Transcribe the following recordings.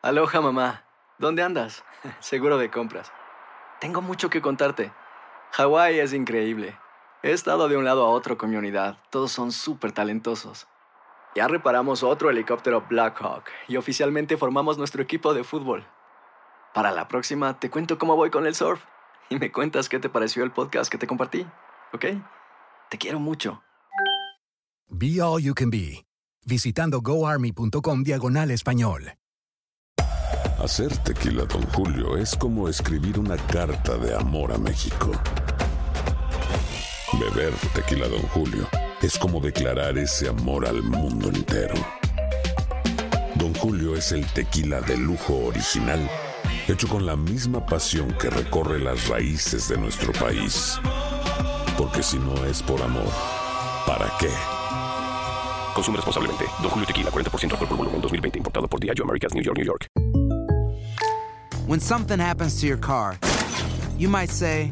Aloha, mamá. ¿Dónde andas? Seguro de compras. Tengo mucho que contarte. Hawái es increíble. He estado de un lado a otro con mi unidad. Todos son súper talentosos. Ya reparamos otro helicóptero Blackhawk y oficialmente formamos nuestro equipo de fútbol. Para la próxima te cuento cómo voy con el surf y me cuentas qué te pareció el podcast que te compartí, ¿ok? Te quiero mucho. Be All You Can Be, visitando goarmy.com/español. Hacer tequila, Don Julio, es como escribir una carta de amor a México. Beber tequila, Don Julio, es como declarar ese amor al mundo entero. Don Julio es el tequila de lujo original, hecho con la misma pasión que recorre las raíces de nuestro país. Porque si no es por amor, ¿para qué? Consume responsablemente. Don Julio Tequila, 40% alcohol por volumen, 2020. Importado por Diageo Americas, New York, New York. When something happens to your car, you might say,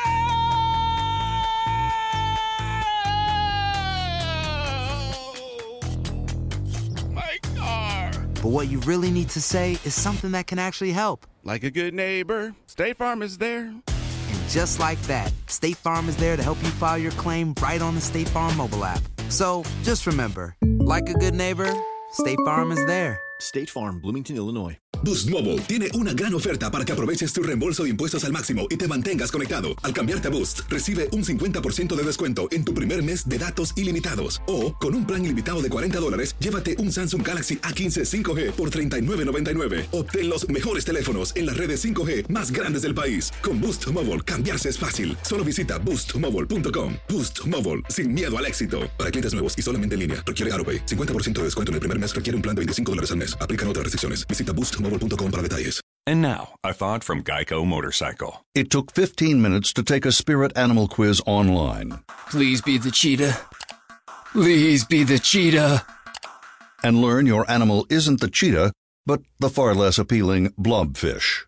My car! but what you really need to say is something that can actually help. Like a good neighbor, State Farm is there. And just like that, State Farm is there to help you file your claim right on the State Farm mobile app. So just remember, like a good neighbor, State Farm is there. State Farm, Bloomington, Illinois. Boost Mobile tiene una gran oferta para que aproveches tu reembolso de impuestos al máximo y te mantengas conectado. Al cambiarte a Boost, recibe un 50% de descuento en tu primer mes de datos ilimitados. O, con un plan ilimitado de $40, llévate un Samsung Galaxy A15 5G por $39.99. Obtén los mejores teléfonos en las redes 5G más grandes del país. Con Boost Mobile, cambiarse es fácil. Solo visita boostmobile.com. Boost Mobile, sin miedo al éxito. Para clientes nuevos y solamente en línea, requiere AutoPay. 50% de descuento en el primer mes requiere un plan de $25 al mes. Aplican otras restricciones. Visita boostmobile.com para detalles. And now, a thought from Geico Motorcycle. It took 15 minutes to take a spirit animal quiz online. Please be the cheetah. Please be the cheetah. And learn your animal isn't the cheetah, but the far less appealing blobfish.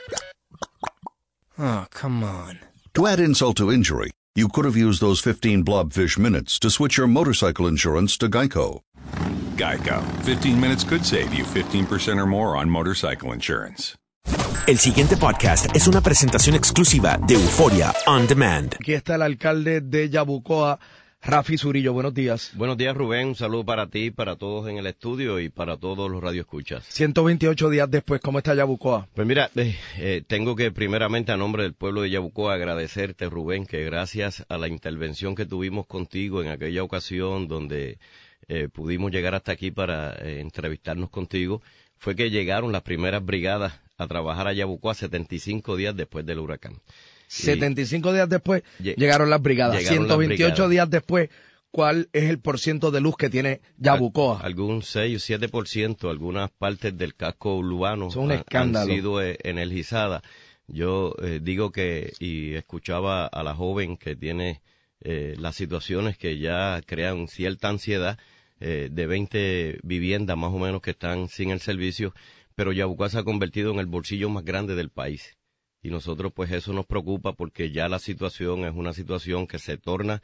Oh, come on. To add insult to injury, you could have used those 15 blobfish minutes to switch your motorcycle insurance to Geico. Geico. 15 minutes could save you 15% or more on motorcycle insurance. El siguiente podcast es una presentación exclusiva de Euforia On Demand. Aquí está el alcalde de Yabucoa, Rafi Zurillo. Buenos días. Buenos días, Rubén. Un saludo para ti, para todos en el estudio y para todos los radioescuchas. 128 días después, ¿cómo está Yabucoa? Pues mira, tengo que primeramente a nombre del pueblo de Yabucoa agradecerte, Rubén, que gracias a la intervención que tuvimos contigo en aquella ocasión donde pudimos llegar hasta aquí para entrevistarnos contigo, fue que llegaron las primeras brigadas a trabajar a Yabucoa 75 días después del huracán. 75 días después llegaron las brigadas. 128 días después, ¿cuál es el % de luz que tiene Yabucoa? Algún 6 o 7%, algunas partes del casco urbano han sido energizadas. Yo digo que, y escuchaba a la joven que tiene las situaciones que ya crean cierta ansiedad, de 20 viviendas más o menos que están sin el servicio, pero Yabucoa se ha convertido en el bolsillo más grande del país. Y nosotros pues eso nos preocupa porque ya la situación es una situación que se torna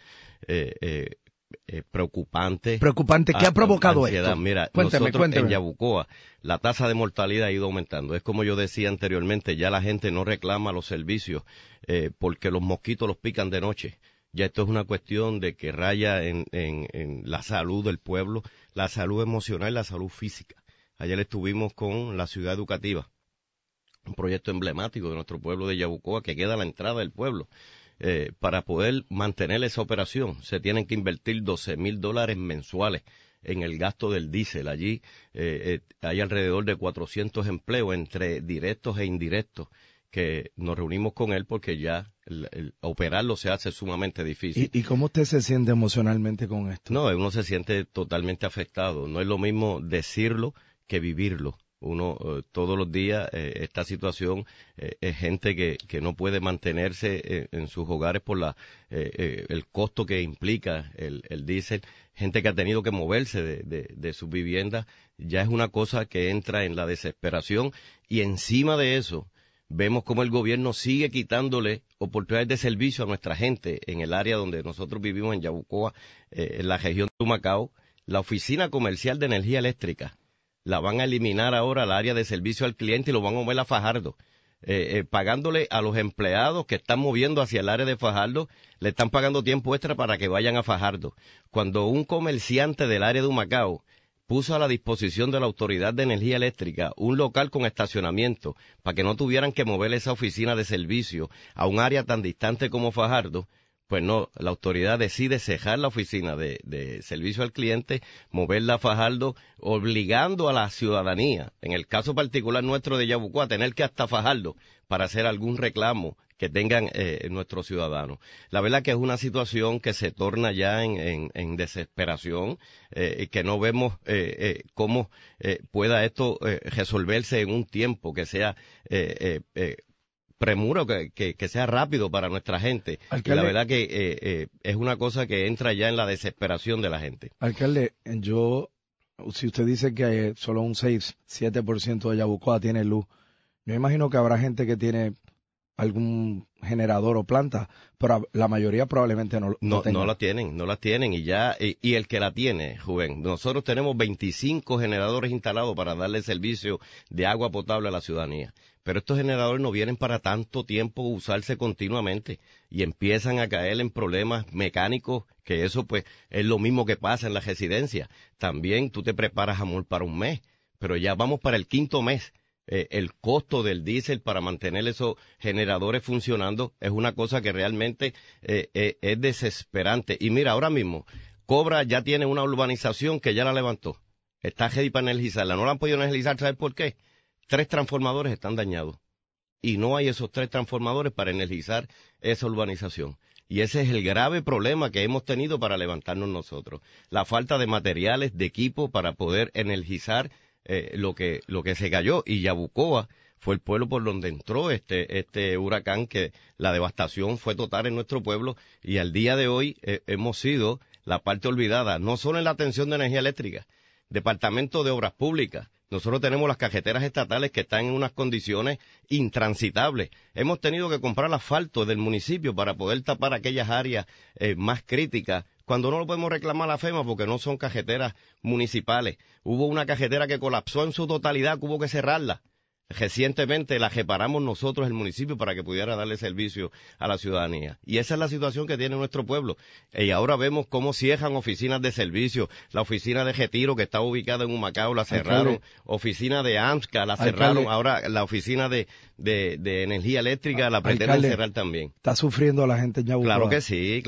preocupante. Preocupante, ¿qué ha provocado ansiedad. esto? Mira, Cuénteme. En Yabucoa la tasa de mortalidad ha ido aumentando. Es como yo decía anteriormente, ya la gente no reclama los servicios porque los mosquitos los pican de noche. Ya esto es una cuestión de que raya en la salud del pueblo, la salud emocional y la salud física. Ayer estuvimos con la ciudad educativa, un proyecto emblemático de nuestro pueblo de Yabucoa que queda a la entrada del pueblo. Para poder mantener esa operación se tienen que invertir $12,000 mensuales en el gasto del diésel. Allí hay alrededor de 400 empleos entre directos e indirectos que nos reunimos con él porque ya el operarlo se hace sumamente difícil. ¿Y cómo usted se siente emocionalmente con esto? No, uno se siente totalmente afectado. No es lo mismo decirlo que vivirlo. Uno todos los días, esta situación, es gente que no puede mantenerse en sus hogares por el costo que implica el diésel, gente que ha tenido que moverse de sus viviendas. Ya es una cosa que entra en la desesperación y encima de eso vemos cómo el gobierno sigue quitándole oportunidades de servicio a nuestra gente en el área donde nosotros vivimos, en Yabucoa, en la región de Humacao. La Oficina Comercial de Energía Eléctrica la van a eliminar ahora al área de servicio al cliente y lo van a mover a Fajardo. Pagándole a los empleados que están moviendo hacia el área de Fajardo, le están pagando tiempo extra para que vayan a Fajardo. Cuando un comerciante del área de Humacao puso a la disposición de la Autoridad de Energía Eléctrica un local con estacionamiento para que no tuvieran que mover esa oficina de servicio a un área tan distante como Fajardo, pues no, la autoridad decide cejar la oficina de servicio al cliente, moverla a Fajardo, obligando a la ciudadanía, en el caso particular nuestro de Yabucoa, a tener que hasta Fajardo para hacer algún reclamo que tengan nuestros ciudadanos. La verdad que es una situación que se torna ya en desesperación, que no vemos cómo pueda esto resolverse en un tiempo que sea premura, que sea rápido para nuestra gente. Alcalde, la verdad que es una cosa que entra ya en la desesperación de la gente. Alcalde, si usted dice que solo un 6-7% de Yabucoa tiene luz, yo imagino que habrá gente que tiene algún generador o planta, pero la mayoría probablemente no tenga. No la tienen, y el que la tiene, Rubén, nosotros tenemos 25 generadores instalados para darle servicio de agua potable a la ciudadanía. Pero estos generadores no vienen para tanto tiempo usarse continuamente y empiezan a caer en problemas mecánicos, que eso pues es lo mismo que pasa en la residencia. También tú te preparas, amor, para un mes, pero ya vamos para el 5º mes. El costo del diésel para mantener esos generadores funcionando es una cosa que realmente es desesperante. Y mira, ahora mismo, Cobra ya tiene una urbanización que ya la levantó. Está ready para energizarla. No la han podido energizar, ¿sabes por qué? 3 transformadores están dañados y no hay esos 3 transformadores para energizar esa urbanización. Y ese es el grave problema que hemos tenido para levantarnos nosotros. La falta de materiales, de equipo para poder energizar lo que se cayó. Y Yabucoa fue el pueblo por donde entró este huracán, que la devastación fue total en nuestro pueblo, y al día de hoy hemos sido la parte olvidada, no solo en la atención de energía eléctrica, Departamento de Obras Públicas. Nosotros tenemos las carreteras estatales que están en unas condiciones intransitables. Hemos tenido que comprar asfalto del municipio para poder tapar aquellas áreas más críticas, cuando no lo podemos reclamar a la FEMA porque no son carreteras municipales. Hubo una carretera que colapsó en su totalidad, que hubo que cerrarla. Recientemente la reparamos nosotros, el municipio, para que pudiera darle servicio a la ciudadanía. Y esa es la situación que tiene nuestro pueblo. Y ahora vemos cómo cierran oficinas de servicio. La oficina de Retiro, que estaba ubicada en Humacao, la cerraron. Oficina de AMSCA, la cerraron. Ahora la oficina de energía eléctrica la pretenden cerrar también. ¿Está sufriendo la gente en Yabucoa? Claro que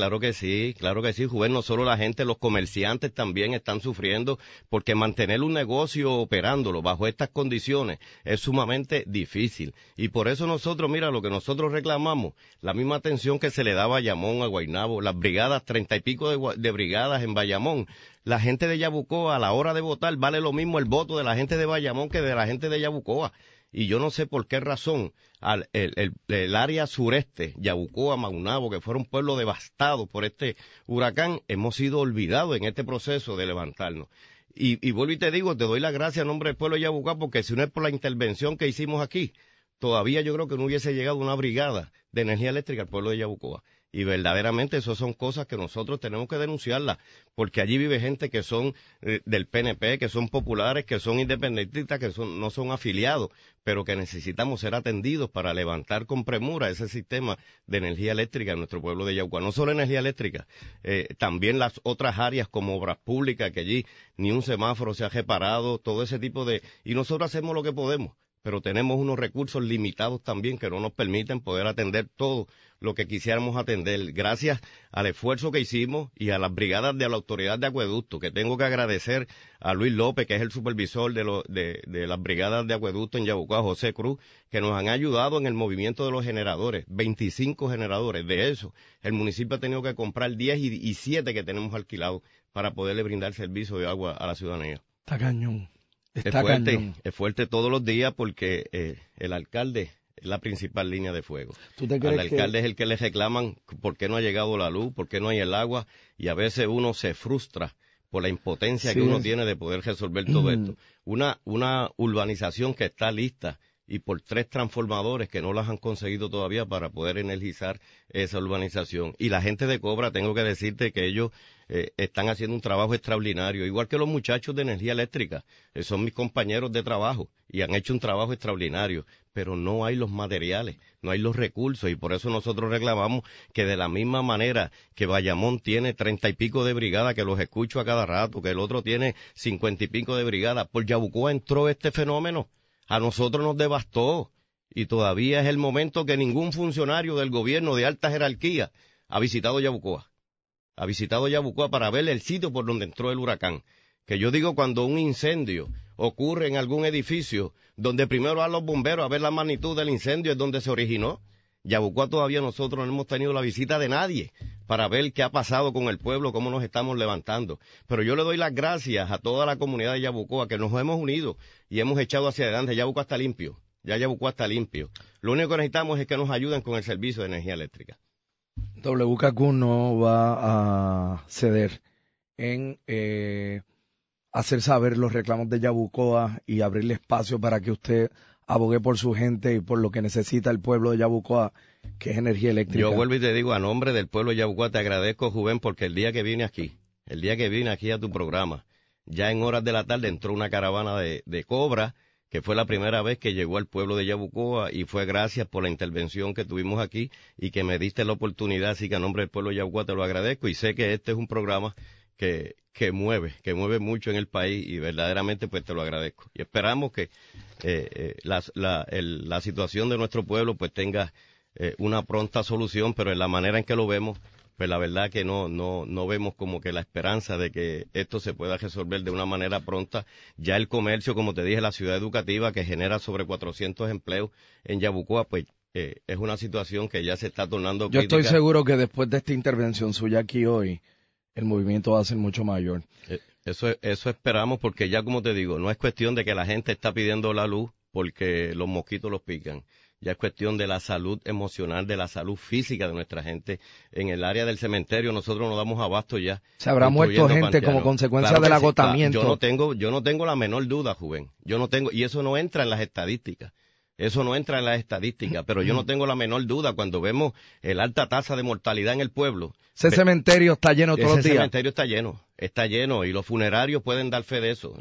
sí, Juven. No solo la gente, los comerciantes también están sufriendo, porque mantener un negocio operándolo bajo estas condiciones es sumamente difícil. Y por eso nosotros, mira, lo que nosotros reclamamos, la misma atención que se le da a Bayamón, a Guaynabo, las brigadas, 30 y pico de brigadas en Bayamón. La gente de Yabucoa, a la hora de votar, vale lo mismo el voto de la gente de Bayamón que de la gente de Yabucoa. Y yo no sé por qué razón el área sureste, Yabucoa, Maunabo, que fueron pueblos devastados por este huracán, hemos sido olvidados en este proceso de levantarnos. Y vuelvo y te digo, te doy las gracias en nombre del pueblo de Yabucoa, porque si no es por la intervención que hicimos aquí, todavía yo creo que no hubiese llegado una brigada de energía eléctrica al pueblo de Yabucoa. Y verdaderamente eso son cosas que nosotros tenemos que denunciarlas, porque allí vive gente que son del PNP, que son populares, que son independentistas, que no son afiliados, pero que necesitamos ser atendidos para levantar con premura ese sistema de energía eléctrica en nuestro pueblo de Yabucoa. No solo energía eléctrica, también las otras áreas como obras públicas, que allí ni un semáforo se ha reparado, todo ese tipo de... Y nosotros hacemos lo que podemos, pero tenemos unos recursos limitados también que no nos permiten poder atender todo lo que quisiéramos atender. Gracias al esfuerzo que hicimos y a las brigadas de la Autoridad de Acueducto, que tengo que agradecer a Luis López, que es el supervisor de las brigadas de Acueducto en Yabucoa, José Cruz, que nos han ayudado en el movimiento de los generadores, 25 generadores. De eso, el municipio ha tenido que comprar 10 y 7 que tenemos alquilados para poderle brindar servicio de agua a la ciudadanía. Está cañón. Es fuerte todos los días, porque el alcalde es la principal línea de fuego. Al alcalde es el que le reclaman por qué no ha llegado la luz, por qué no hay el agua, y a veces uno se frustra por la impotencia que uno tiene de poder resolver todo esto. Una urbanización que está lista y por 3 transformadores que no las han conseguido todavía para poder energizar esa urbanización. Y la gente de Cobra, tengo que decirte que ellos están haciendo un trabajo extraordinario, igual que los muchachos de energía eléctrica, son mis compañeros de trabajo y han hecho un trabajo extraordinario, pero no hay los materiales, no hay los recursos, y por eso nosotros reclamamos que de la misma manera que Bayamón tiene 30 y pico de brigadas, que los escucho a cada rato, que el otro tiene 50 y pico de brigadas, por Yabucoa entró este fenómeno, a nosotros nos devastó, y todavía es el momento que ningún funcionario del gobierno de alta jerarquía ha visitado Yabucoa. Ha visitado Yabucoa para ver el sitio por donde entró el huracán. Que yo digo, cuando un incendio ocurre en algún edificio, donde primero van los bomberos a ver la magnitud del incendio, es donde se originó. Yabucoa todavía nosotros no hemos tenido la visita de nadie para ver qué ha pasado con el pueblo, cómo nos estamos levantando. Pero yo le doy las gracias a toda la comunidad de Yabucoa, que nos hemos unido y hemos echado hacia adelante. Yabucoa está limpio, ya Yabucoa está limpio. Lo único que necesitamos es que nos ayuden con el servicio de energía eléctrica. WKQ no va a ceder en hacer saber los reclamos de Yabucoa y abrirle espacio para que usted abogue por su gente y por lo que necesita el pueblo de Yabucoa, que es energía eléctrica. Yo vuelvo y te digo, a nombre del pueblo de Yabucoa, te agradezco, Juven, porque el día que vine aquí a tu programa, ya en horas de la tarde entró una caravana de Cobra, que fue la primera vez que llegó al pueblo de Yabucoa, y fue gracias por la intervención que tuvimos aquí y que me diste la oportunidad, así que a nombre del pueblo de Yabucoa te lo agradezco, y sé que este es un programa que mueve mucho en el país, y verdaderamente pues te lo agradezco. Y esperamos que la situación de nuestro pueblo pues tenga una pronta solución, pero en la manera en que lo vemos, pues la verdad que no vemos como que la esperanza de que esto se pueda resolver de una manera pronta. Ya el comercio, como te dije, la ciudad educativa, que genera sobre 400 empleos en Yabucoa, pues es una situación que ya se está tornando crítica. Yo estoy seguro que después de esta intervención suya aquí hoy, el movimiento va a ser mucho mayor. Eso esperamos, porque ya, como te digo, no es cuestión de que la gente está pidiendo la luz porque los mosquitos los pican. Ya es cuestión de la salud emocional, de la salud física de nuestra gente. En el área del cementerio nosotros nos damos abasto ya. Se habrá muerto gente como consecuencia del agotamiento. Yo no tengo la menor duda, Juven. Y eso no entra en las estadísticas. Pero yo no tengo la menor duda cuando vemos el alta tasa de mortalidad en el pueblo. Ese cementerio está lleno todos los días. Ese cementerio está lleno, y los funerarios pueden dar fe de eso.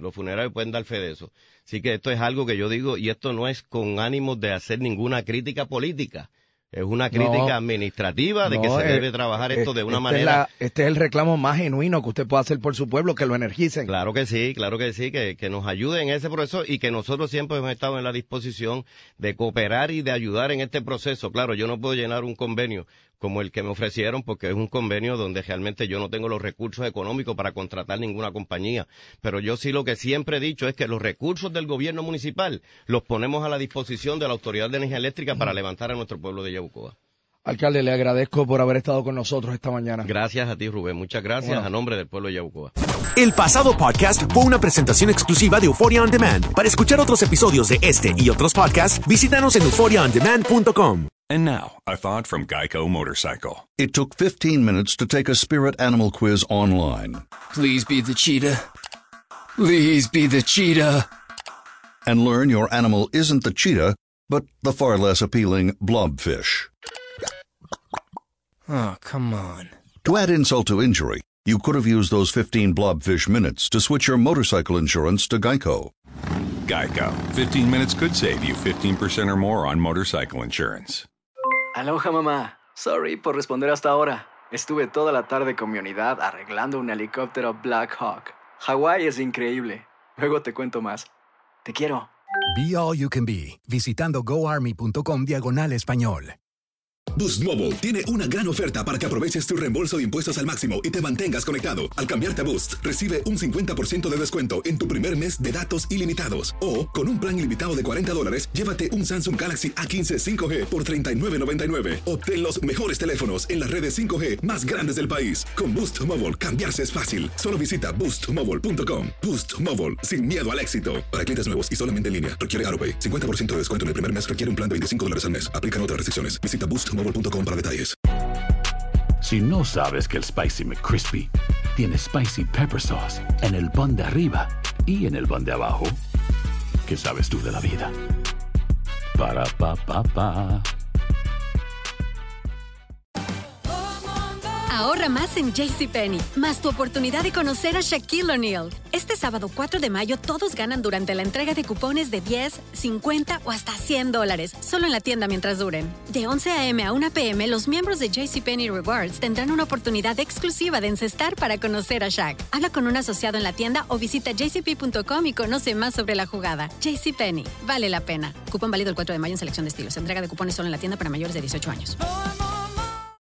Así que esto es algo que yo digo, y esto no es con ánimos de hacer ninguna crítica política. Es una crítica administrativa de que se debe trabajar esto de una manera. Este es el reclamo más genuino que usted puede hacer por su pueblo, que lo energicen. Claro que sí, que nos ayuden en ese proceso, y que nosotros siempre hemos estado en la disposición de cooperar y de ayudar en este proceso. Claro, yo no puedo llenar un convenio como el que me ofrecieron, porque es un convenio donde realmente yo no tengo los recursos económicos para contratar ninguna compañía. Pero yo sí, lo que siempre he dicho es que los recursos del gobierno municipal los ponemos a la disposición de la Autoridad de Energía Eléctrica para levantar a nuestro pueblo de Yabucoa. Alcalde, le agradezco por haber estado con nosotros esta mañana. Gracias a ti, Rubén. Muchas gracias a nombre del pueblo de Yabucoa. El pasado podcast fue una presentación exclusiva de Euphoria On Demand. Para escuchar otros episodios de este y otros podcasts, visítanos en euphoriaondemand.com. And now, a thought from Geico Motorcycle. It took 15 minutes to take a spirit animal quiz online. Please be the cheetah. Please be the cheetah. And learn your animal isn't the cheetah, but the far less appealing blobfish. Oh, come on. To add insult to injury, you could have used those 15 blobfish minutes to switch your motorcycle insurance to Geico. Geico. 15 minutes could save you 15% or more on motorcycle insurance. Aloha, mamá. Sorry por responder hasta ahora. Estuve toda la tarde con mi unidad arreglando un helicóptero Black Hawk. Hawái es increíble. Luego te cuento más. Te quiero. Be All You Can Be, visitando goarmy.com/español. Boost Mobile tiene una gran oferta para que aproveches tu reembolso de impuestos al máximo y te mantengas conectado. Al cambiarte a Boost, recibe un 50% de descuento en tu primer mes de datos ilimitados. O, con un plan ilimitado de $40, llévate un Samsung Galaxy A15 5G por $39.99. Obtén los mejores teléfonos en las redes 5G más grandes del país. Con Boost Mobile, cambiarse es fácil. Solo visita boostmobile.com. Boost Mobile, sin miedo al éxito. Para clientes nuevos y solamente en línea, requiere AutoPay. 50% de descuento en el primer mes requiere un plan de $25 al mes. Aplican otras restricciones. Visita boostmobile.com para detalles. Si no sabes que el Spicy McCrispy tiene Spicy Pepper Sauce en el pan de arriba y en el pan de abajo, ¿qué sabes tú de la vida? Para, pa, pa, pa. Ahorra más en JCPenney, más tu oportunidad de conocer a Shaquille O'Neal. Este sábado 4 de mayo todos ganan durante la entrega de cupones de 10, 50 o hasta $100, solo en la tienda mientras duren. De 11 a.m. a 1 p.m., los miembros de JCPenney Rewards tendrán una oportunidad exclusiva de encestar para conocer a Shaq. Habla con un asociado en la tienda o visita jcp.com y conoce más sobre la jugada. JCPenney, vale la pena. Cupón válido el 4 de mayo en selección de estilos. Entrega de cupones solo en la tienda para mayores de 18 años.